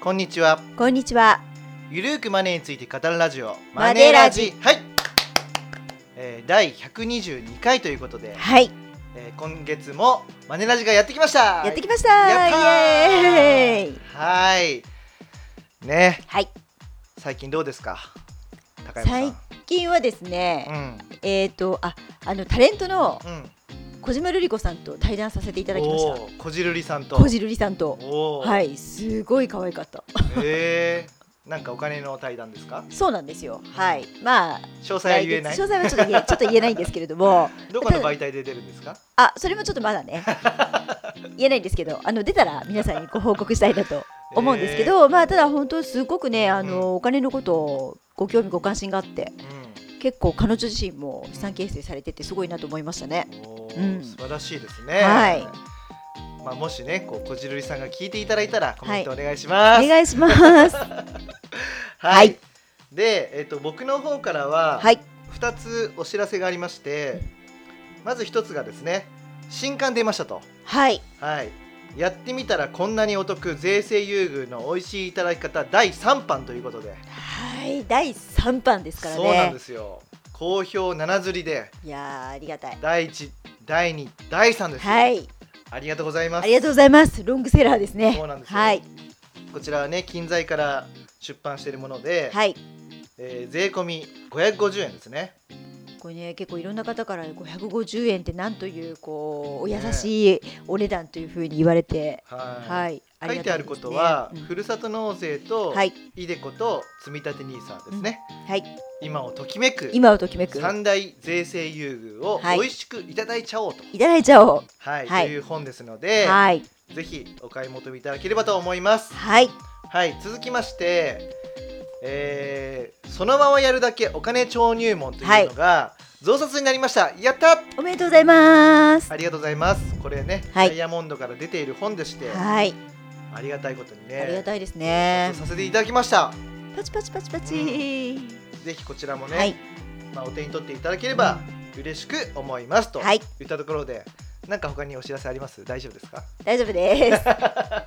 こんにちは。 こんにちは。 ゆるーくマネーについて語るラジオマネラジ。 はい、第122回ということで、 はい、 今月もマネラジがやってきました。 やってきました。 やったー。 イエーイ。 はいね、 はい。 最近どうですか、高山さん。 最近はですね、タレントの小島瑠璃子さんと対談させていただきました。 こじるりさんと。 はい、すごい可愛かった。 なんかお金の対談ですか？ そうなんですよ。はい。まあ詳細は言えない。 詳細はちょっと言えないんですけれども。 どこの媒体で出るんですか？ それもちょっとまだね言えないんですけど、出たら皆さんにご報告したいなと思うんですけど、ただ本当すごくね、お金のことをご興味ご関心があって、結構彼女自身も資産形成されててすごいなと思いましたね。 素晴らしいですね。 はい。 もしね、こじるりさんが聞いていただいたらコメントお願いします。 お願いしますはい。で、僕の方からは2つお知らせがありまして、まず1つがですね、新刊出ましたと。 はい。 やってみたらこんなにお得、税制優遇の美味しいいただき方第3版ということで。 はい、第3版ですからね。 そうなんですよ。好評7釣りで。 いやー、ありがたい。 第1、第2、第3です。 はい。 ありがとうございます。 ありがとうございます。ロングセラーですね。 そうなんですよ。 はい。 こちらはね、金財から出版しているもので、 はい。 税込み550円ですね。 これね、結構いろんな方から550円ってなんというお優しいお値段というふうに言われて、はい。 書いてあることは、ふるさと納税とイデコと積み立て NISA ですね。はい。今をときめく三大税制優遇を美味しくいただいちゃおうと。 いただいちゃおう。 はい。という本ですので、ぜひお買い求めいただければと思います。 はい。 はい。続きまして、そのままやるだけお金超入門というのが増刷になりました。やった。 おめでとうございます。 ありがとうございます。これね、ダイヤモンドから出ている本でして、ありがたいことにね、 ありがたいですね。 させていただきました。 パチパチパチパチ。 ぜひこちらもね、お手に取っていただければ嬉しく思いますといったところで、なんか他にお知らせあります？大丈夫ですか？ 大丈夫です。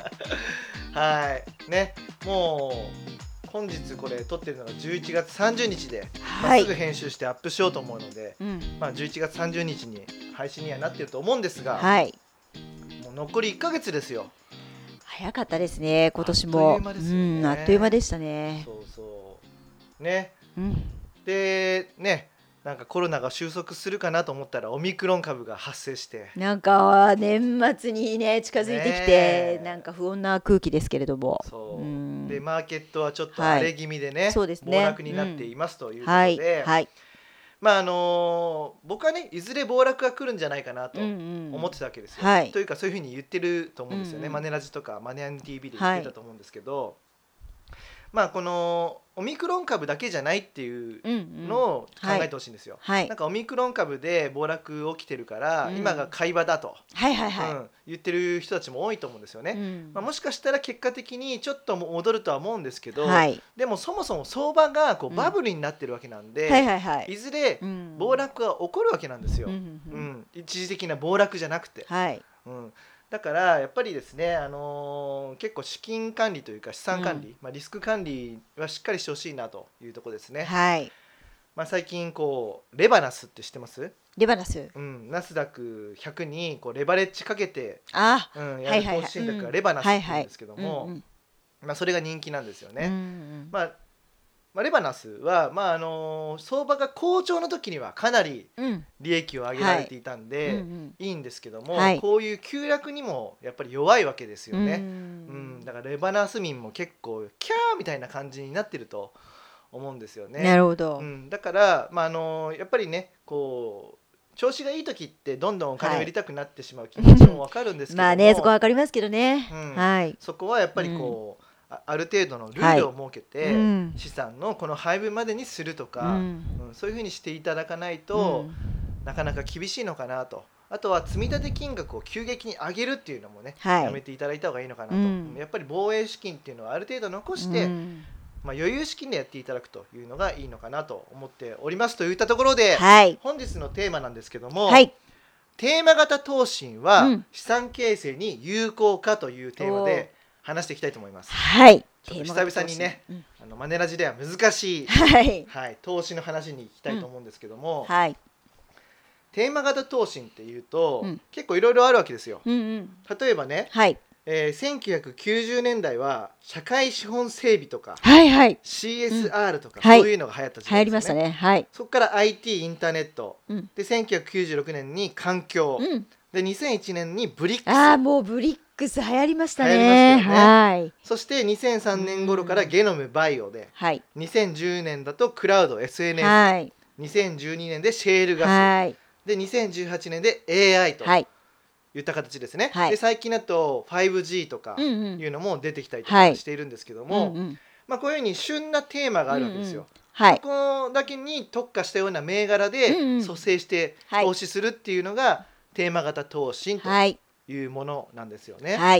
はいね、もう本日これ撮ってるのが11月30日で、すぐ編集してアップしようと思うので、11月30日に配信にはなってると思うんですが、もう残り1ヶ月ですよ。 早かったですね、今年も。あっという間でしたね。 そうそうね。でね、なんかコロナが収束するかなと思ったらオミクロン株が発生して、 なんか年末にね近づいてきて、なんか不穏な空気ですけれども、 でマーケットはちょっと荒れ気味でね、暴落になっていますということで、僕はね、いずれ暴落が来るんじゃないかなと思ってたわけですよ。というかそういうふうに言ってると思うんですよね。マネラジとかマネアン TV で言ってたと思うんですけど、このオミクロン株だけじゃないっていうのを考えてほしいんですよ。なんかオミクロン株で暴落起きてるから、今が買い場だと言ってる人たちも多いと思うんですよね。もしかしたら結果的にちょっと戻るとは思うんですけど、でもそもそも相場がバブルになってるわけなんで、いずれ暴落が起こるわけなんですよ。一時的な暴落じゃなくて。だからやっぱりですね、結構資金管理というか資産管理、リスク管理はしっかりしてほしいなというところですね。最近レバナスって知ってます？レバナス、ナスダック100にレバレッジかけてやる投資信託がレバナスって言うんですけども、それが人気なんですよね。レバナスは、相場が好調の時にはかなり利益を上げられていたんでいいんですけども、こういう急落にもやっぱり弱いわけですよね。だからレバナス民も結構キャーみたいな感じになってると思うんですよね。 なるほど。 だから、やっぱりね、調子がいい時ってどんどんお金を入れたくなってしまう気持ちも分かるんですけども、 そこは分かりますけどね。 そこはやっぱりある程度のルールを設けて、資産のこの配分までにするとか、そういうふうにしていただかないと、なかなか厳しいのかなと。あとは積み立て金額を急激に上げるっていうのもね、やめていただいた方がいいのかなと。やっぱり防衛資金っていうのはある程度残して、余裕資金でやっていただくというのがいいのかなと思っておりますといったところで、本日のテーマなんですけども、テーマ型投信は資産形成に有効かというテーマで話していきたいと思います。ちちょっと久々にね、マネラジでは難しい、投資の話に行きたいと思うんですけども、テーマ型投資っていうと、結構いろいろあるわけですよ。例えばね、1990年代は社会資本整備とか、CSR とか、そういうのが流行った時代ですよね。そこから IT インターネット、で1996年に環境、で2001年にブリックス。 もうブリックス流行りましたね。 そして2003年頃からゲノムバイオで、2010年だとクラウド SNS、2012年でシェールガス、で2018年で AI といった形ですね。で最近だと 5G とかいうのも出てきたりとかしているんですけども、こういうふうに旬なテーマがあるわけですよ。そこだけに特化したような銘柄で蘇生して投資するっていうのがテーマ型投資というものなんですよね。や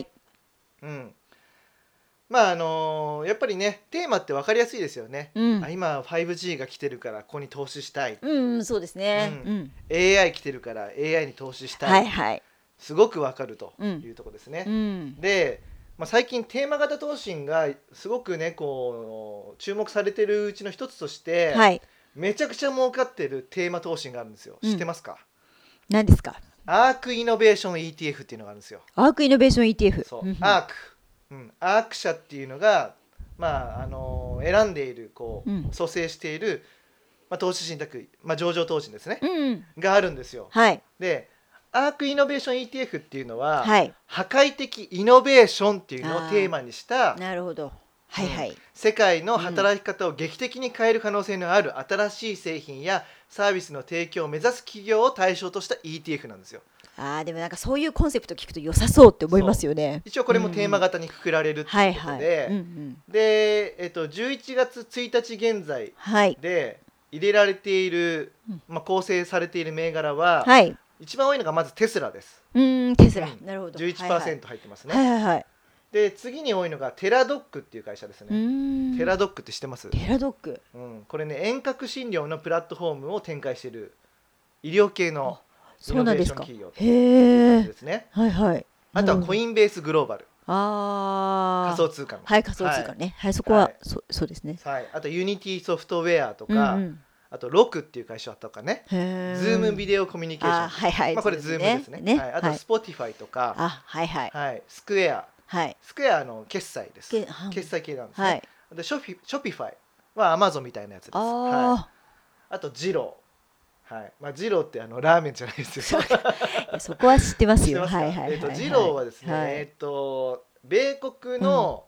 っぱりねテーマって分かりやすいですよね。今 5G が来てるからここに投資したい。 そうですね。 AI 来てるから AI に投資したい。すごく分かるというところですね。で、最近テーマ型投資がすごくねこう注目されてるうちの一つとして、めちゃくちゃ儲かってるテーマ投資があるんですよ。知ってますか？ 何ですか？ アークイノベーション ETF っていうのがあるんですよ。 アークイノベーション ETF。 そう、アーク、アーク社っていうのが、選んでいるこう、蘇生している、投資信託、上場投資ですね、があるんですよ。で、アークイノベーション ETF っていうのは、破壊的イノベーションっていうのをテーマにした、 なるほど、 世界の働き方を劇的に変える可能性のある新しい製品やサービスの提供を目指す企業を対象とした ETF なんですよ。 でもなんかそういうコンセプト聞くと良さそうって思いますよね。 一応これもテーマ型にくくられるっていうことで、で、11月1日現在で入れられている、構成されている銘柄は、一番多いのがまずテスラです。 テスラ、なるほど。 11% 入ってますね。で次に多いのがテラドックっていう会社ですね。テラドックって知ってます？ テラドック、 これね遠隔診療のプラットフォームを展開している医療系のイノベーション企業という感じですね。あとはコインベースグローバル、仮想通貨の、 仮想通貨ね、そこはそうですね。 あとユニティソフトウェアとか、あとロクっていう会社とかね、ズームビデオコミュニケーション、これズームですね。あとスポティファイとか、スクエア、スクエアの決済です。決済系なんですね。でショピファイはアマゾンみたいなやつです。あとジロー、ジローってラーメンじゃないですよ。 そこは知ってますよ。 ジローはですね、米国の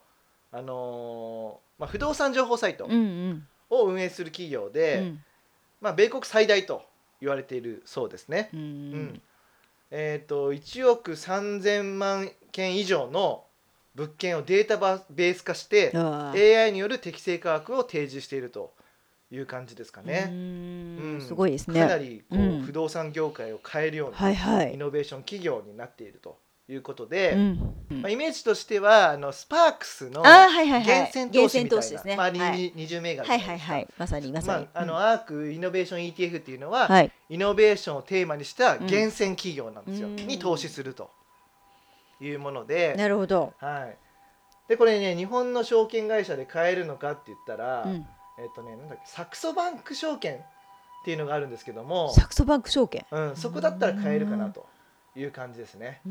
不動産情報サイトを運営する企業で、米国最大と言われているそうですね。1億3000万件以上の物件をデータベース化して AI による適正価格を提示しているという感じですかね。 すごいですね。 かなりこう不動産業界を変えるようなイノベーション企業になっているということで、イメージとしてはスパークスの源泉投資みたいな、20銘柄じゃないですか。 まさにアークイノベーション ETF っていうのは、イノベーションをテーマにした源泉企業なんですよ、に投資するというもので。 なるほど。 でこれね日本の証券会社で買えるのかって言ったら、なんだっけ、サクソバンク証券っていうのがあるんですけども、 サクソバンク証券、 そこだったら買えるかなという感じですね。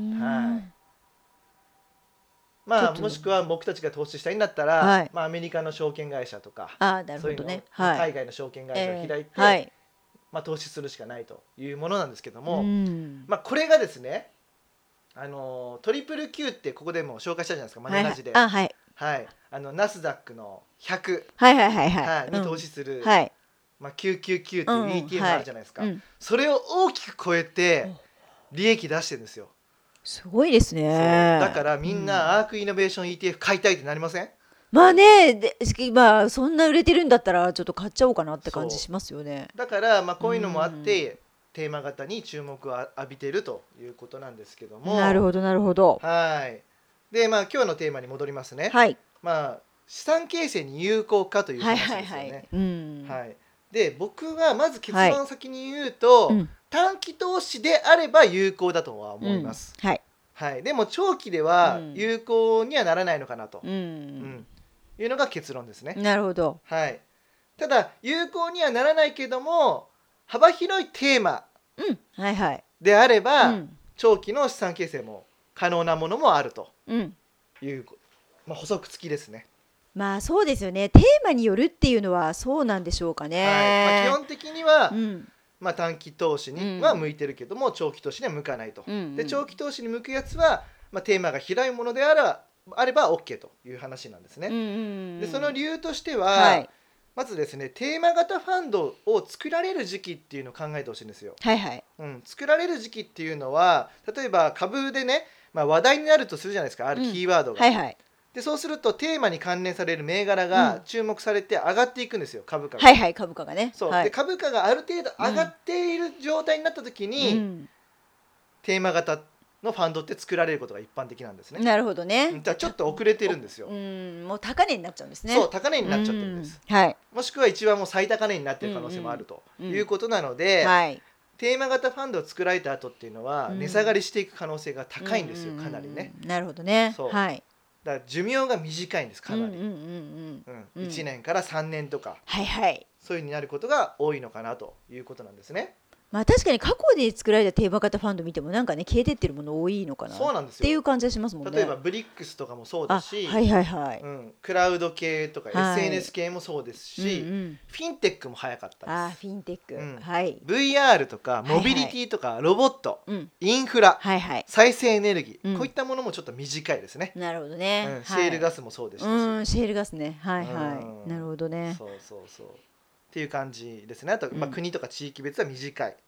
もしくは僕たちが投資したいんだったら、アメリカの証券会社とか、そういうの海外の証券会社を開いて、投資するしかないというものなんですけども、これがですね、トリプル Q ってここでも紹介したじゃないですか、マネラジで。ナスダックの100に投資する999っていう ETF があるじゃないですか。それを大きく超えて利益出してるんですよ。 すごいですね。 だからみんなアークイノベーション ETF 買いたいってなりません？ そんな売れてるんだったらちょっと買っちゃおうかなって感じしますよね。 だからこういうのもあってテーマ型に注目を浴びているということなんですけども。 なるほどなるほど。 で今日のテーマに戻りますね。資産形成に有効かという話ですよね。で僕はまず結論を先に言うと、短期投資であれば有効だとは思います。でも長期では有効にはならないのかなと。 いうのが結論ですね。 なるほど。 はい。ただ有効にはならないけども幅広いテーマはいはい。 であれば、長期の資産形成も可能なものもあるという、補足付きですね。 まあそうですよね。テーマによるっていうのはそうなんでしょうかね。 基本的には、短期投資には向いてるけども、長期投資には向かないと。で長期投資に向くやつは、テーマが広いものであれば OK という話なんですね。でその理由としては、まずですね、テーマ型ファンドを作られる時期っていうのを考えてほしいんですよ。作られる時期っていうのは、例えば株でね、話題になるとするじゃないですか、あるキーワードが。でそうするとテーマに関連される銘柄が注目されて上がっていくんですよ、株価が。 株価がね。 で株価がある程度上がっている状態になった時に、テーマ型のファンドって作られることが一般的なんですね。 なるほどね。 じゃあちょっと遅れてるんですよ。 もう高値になっちゃうんですね。 そう、高値になっちゃってるんです。もしくは一番もう最高値になってる可能性もあるということなので、テーマ型ファンドを作られた後っていうのは値下がりしていく可能性が高いんですよ、かなりね。 なるほどね。 そう。だから寿命が短いんです、かなり。1年から3年とか、そういう風になることが多いのかなということなんですね。 確かに過去で作られたテーマ型ファンド見てもなんかね、消えてってるもの多いのかなっていう感じがしますもんね。 例えばブリックスとかもそうだし、クラウド系とか SNS 系もそうですし、フィンテックも早かったです。 フィンテック、 VR とかモビリティとかロボット、インフラ、再生エネルギー、こういったものもちょっと短いですね。 なるほどね。 シェールガスもそうでしたし、 シェールガスね。なるほどね。 そうっていう感じですね。あと、国とか地域別は短い。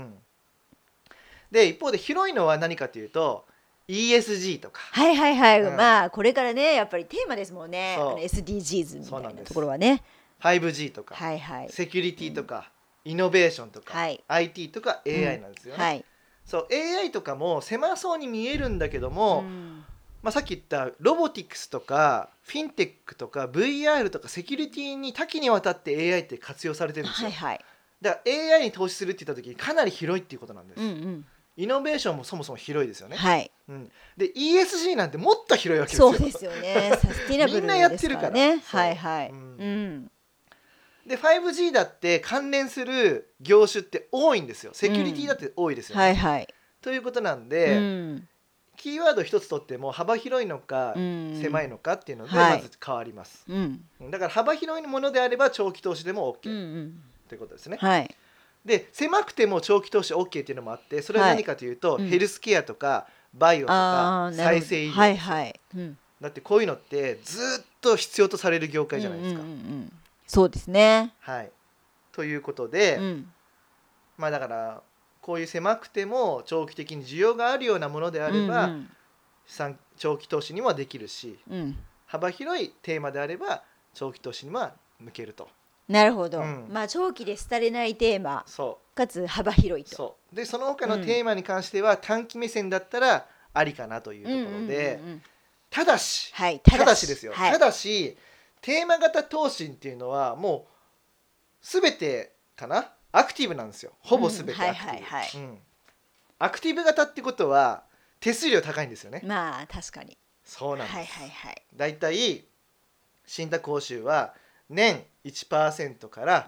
で一方で広いのは何かというと ESG とか。 これからねやっぱりテーマですもんね。SDGs みたいなところはね。 5G とか、セキュリティとか、イノベーションとか、IT とか AI なんですよね。そう AI とかも狭そうに見えるんだけども、さっき言ったロボティクスとかフィンテックとか VR とかセキュリティに多岐にわたって AI って活用されてるんですよ。だから AI に投資するって言った時にかなり広いっていうことなんです。イノベーションもそもそも広いですよね。で ESG なんてもっと広いわけですよ。 そうですよね。サスティナブルですからね。みんなやってるからね。で 5G だって関連する業種って多いんですよ。セキュリティだって多いですよね。ということなんで、キーワード一つとっても幅広いのか狭いのかっていうのでまず変わります。だから幅広いものであれば長期投資でも OK ということですね。で狭くても長期投資 OK っていうのもあって、それは何かというと、ヘルスケアとかバイオとか再生医療、だってこういうのってずっと必要とされる業界じゃないですか。 そうですね。 ということで、だからこういう狭くても長期的に需要があるようなものであれば、長期投資にもできるし、幅広いテーマであれば長期投資には向けると。 なるほど。長期で廃れないテーマかつ幅広いと。 でその他のテーマに関しては短期目線だったらありかなというところで、ただしですよ。ただしテーマ型投資っていうのはもう全てかな、アクティブなんですよ。ほぼ全てアクティブ。アクティブ型ってことは手数料高いんですよね。 確かに。 そうなんです。だいたい信託報酬は年 1% から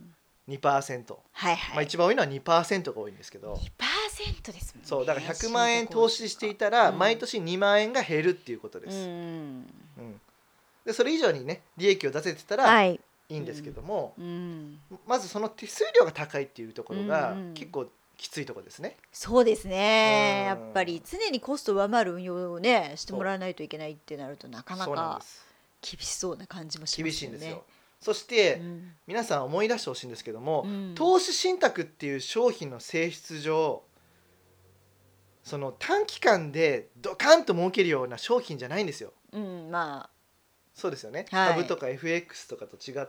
2%、一番多いのは 2% が多いんですけど、 2% ですもんね。 そうだから100万円投資していたら毎年2万円が減るっていうことです。でそれ以上にね利益を出せてたらいいんですけども、まずその手数料が高いっていうところが結構きついところですね。 そうですね。やっぱり常にコストを上回る運用をねしてもらわないといけないってなるとなかなか厳しそうな感じもしますよね。 厳しいんですよ。そして、皆さん思い出してほしいんですけども、投資信託っていう商品の性質上、その短期間でドカンと儲けるような商品じゃないんですよ。そうですよね。株とか FX とかと違って、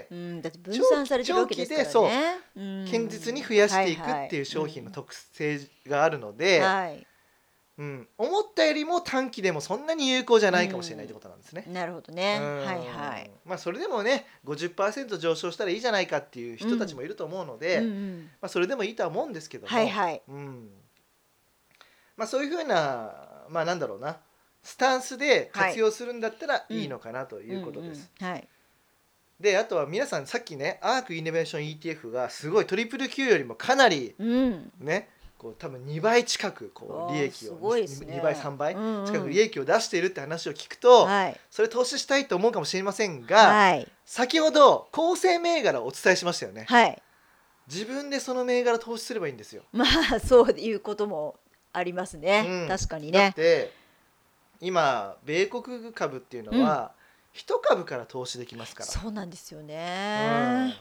だって分散されてるわけですからね。 堅実に増やしていくっていう商品の特性があるので、思ったよりも短期でもそんなに有効じゃないかもしれないってことなんですね。 なるほどね。 それでもね 50% 上昇したらいいじゃないかっていう人たちもいると思うので、それでもいいとは思うんですけども、そういうふうななんだろうなスタンスで活用するんだったらいいのかなということです。であとは皆さんさっきねアークイノベーション ETF がすごいトリプル Q よりもかなりね、こう多分2倍近くこう利益を、2倍3倍近く利益を出しているって話を聞くと、それ投資したいと思うかもしれませんが、先ほど構成銘柄をお伝えしましたよね。自分でその銘柄投資すればいいんですよ。 まあそういうこともありますね、確かにね。 だって今米国株っていうのは、1株から投資できますから。 そうなんですよね、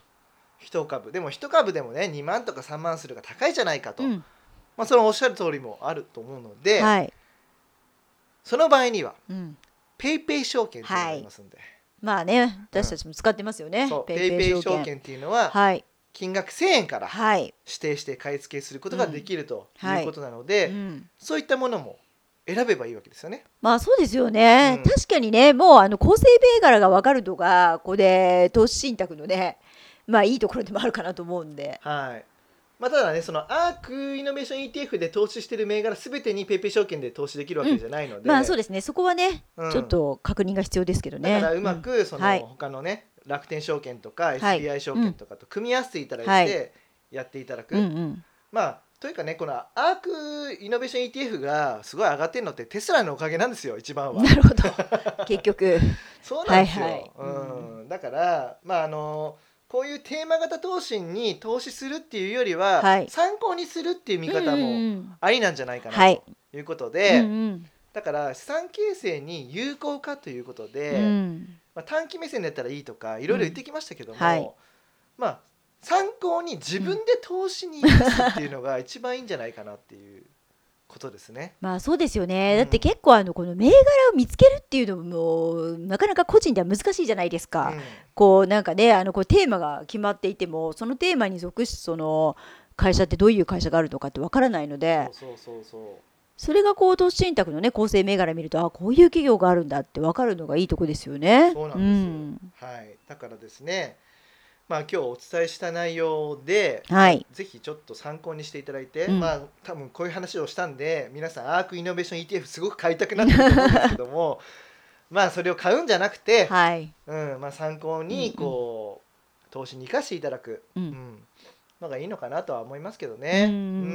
1株でも1株でもね2万とか3万するが高いじゃないかと、そのおっしゃる通りもあると思うので、その場合には、ペイペイ証券っていうのがありますんで、 まあね私たちも使ってますよね。 ペイペイ証券っていうのは、金額1000円から指定して買い付けすることができるということなので、そういったものも選べばいいわけですよね。 まあそうですよね、確かにねもう構成銘柄が分かるのがこれ投資信託のねまあいいところでもあるかなと思うんで、 ただねそのアークイノベーション ETF で投資している銘柄すべてにペイペイ証券で投資できるわけじゃないので、 まあそうですねそこはね、ちょっと確認が必要ですけどね。 だからうまくその他のね、楽天証券とか SBI 証券とかと組み合わせていただいてやっていただく、まあというかねこのアークイノベーション ETF がすごい上がってるのってテスラのおかげなんですよ一番は。 なるほど結局そうなんですよ、だからまあこういうテーマ型投資に投資するっていうよりは、参考にするっていう見方もありなんじゃないかなということで、だから資産形成に有効かということで、短期目線だったらいいとかいろいろ言ってきましたけども、まあ参考に自分で投資に生かすっていうのが一番いいんじゃないかなっていうことですね。 まあそうですよね、だって結構この銘柄を見つけるっていうのもなかなか個人では難しいじゃないですか、こうなんかねこうテーマが決まっていてもそのテーマに属しその会社ってどういう会社があるのかってわからないので、それがこう投資信託のね構成銘柄見るとこういう企業があるんだって分かるのがいいとこですよね。 そうなんですよ、だからですねまあ今日お伝えした内容で、ぜひちょっと参考にしていただいて、まあ多分こういう話をしたんで皆さんアークイノベーション ETF すごく買いたくなってると思うんですけどもまあそれを買うんじゃなくて、まあ参考にこう、投資に生かしていただく、のがいいのかなとは思いますけどね。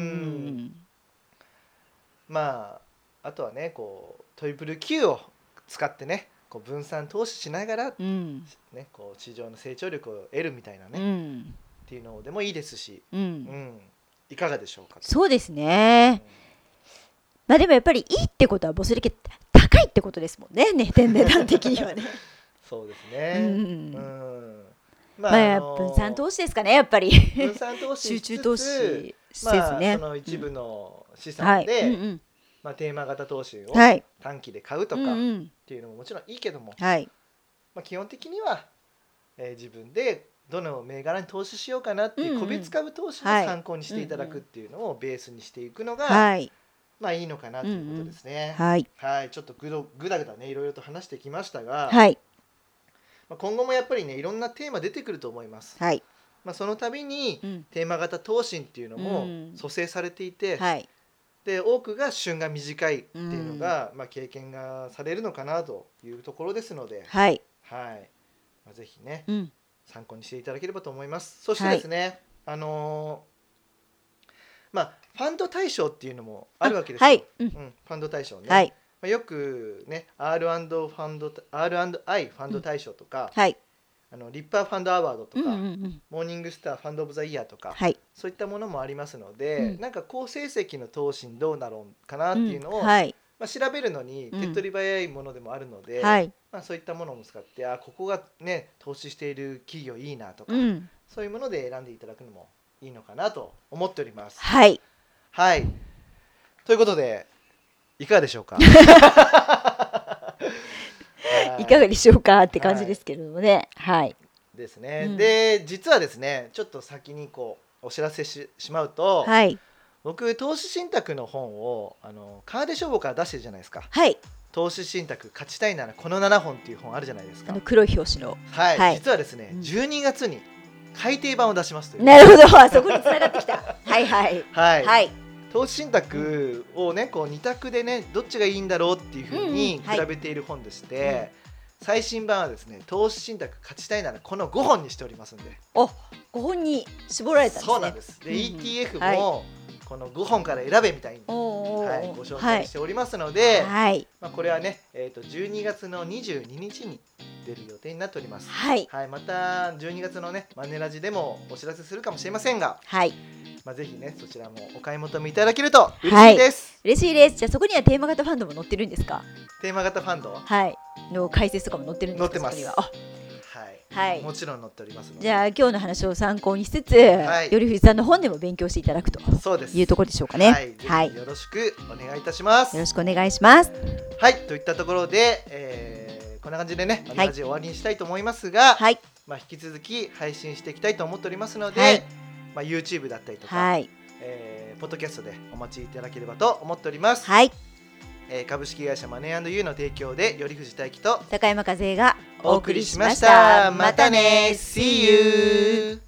まああとはねこうトリプル Q を使ってねこう分散投資しながら、こう市場の成長力を得るみたいなね、っていうのでもいいですし、いかがでしょうか。 そうですね、まあでもやっぱりいいってことはボスレケ高いってことですもんね値段的にはねそうですね、 まあ分散投資ですかねやっぱり分散投資集中投資ですね、その一部の資産で、テーマ型投資を短期で買うとかっていうのももちろんいいけども、基本的には、自分でどの銘柄に投資しようかなっていう個別株投資の参考にしていただくっていうのをベースにしていくのが、まあいいのかなということですね。ちょっとぐだぐだねいろいろと話してきましたが、今後もやっぱりねいろんなテーマ出てくると思います。その度にテーマ型投資っていうのも蘇生されていて、で多くが旬が短いっていうのが、経験がされるのかなというところですので、ぜひね、参考にしていただければと思います。そしてですね、ファンド対象っていうのもあるわけですよ。ファンド対象ね、よくね R&I ファンド対象とか、リッパーファンドアワードとか、モーニングスターファンドオブザイヤーとか、そういったものもありますので、なんか好成績の投資にどうなろうかなっていうのを、調べるのに手っ取り早いものでもあるので、そういったものも使ってここがね投資している企業いいなとか、そういうもので選んでいただくのもいいのかなと思っております。ということでいかがでしょうかいかがでしょうかって感じですけれどもね。 ですね。で実はですねちょっと先にこうお知らせしまうと、僕投資信託の本を川出書房から出してるじゃないですか。投資信託勝ちたいならこの7本っていう本あるじゃないですか。 黒い表紙の。 実はですね、12月に改訂版を出しますという。 なるほど、そこに繋がってきた。 投資信託をねこう2択でねどっちがいいんだろうっていうふうに比べている本でして、最新版はですね投資信託勝ちたいならこの5本にしておりますんで。 5本に絞られたんですね。 そうなんです。で、ETF もこの5本から選べみたいに、ご紹介しておりますので、これはね、12月の22日に出る予定になっております。また12月のねマネラジでもお知らせするかもしれませんが、ぜひねそちらもお買い求めいただけると嬉しいです。 嬉しいです。じゃあそこにはテーマ型ファンドも載ってるんですか？ テーマ型ファンドの解説とかも載ってるんですか？ 載ってます。もちろん載っておりますので。 じゃあ今日の話を参考にしつつ、頼藤さんの本でも勉強していただくというところでしょうかね。 よろしくお願いいたします。 よろしくお願いします。 といったところで、こんな感じでねマネラジ終わりにしたいと思いますが、引き続き配信していきたいと思っておりますので、YouTube だったりとか、ポッドキャストでお待ちいただければと思っております。株式会社マネー&ユーの提供で頼藤大樹と高山和恵がお送りしました。またね See you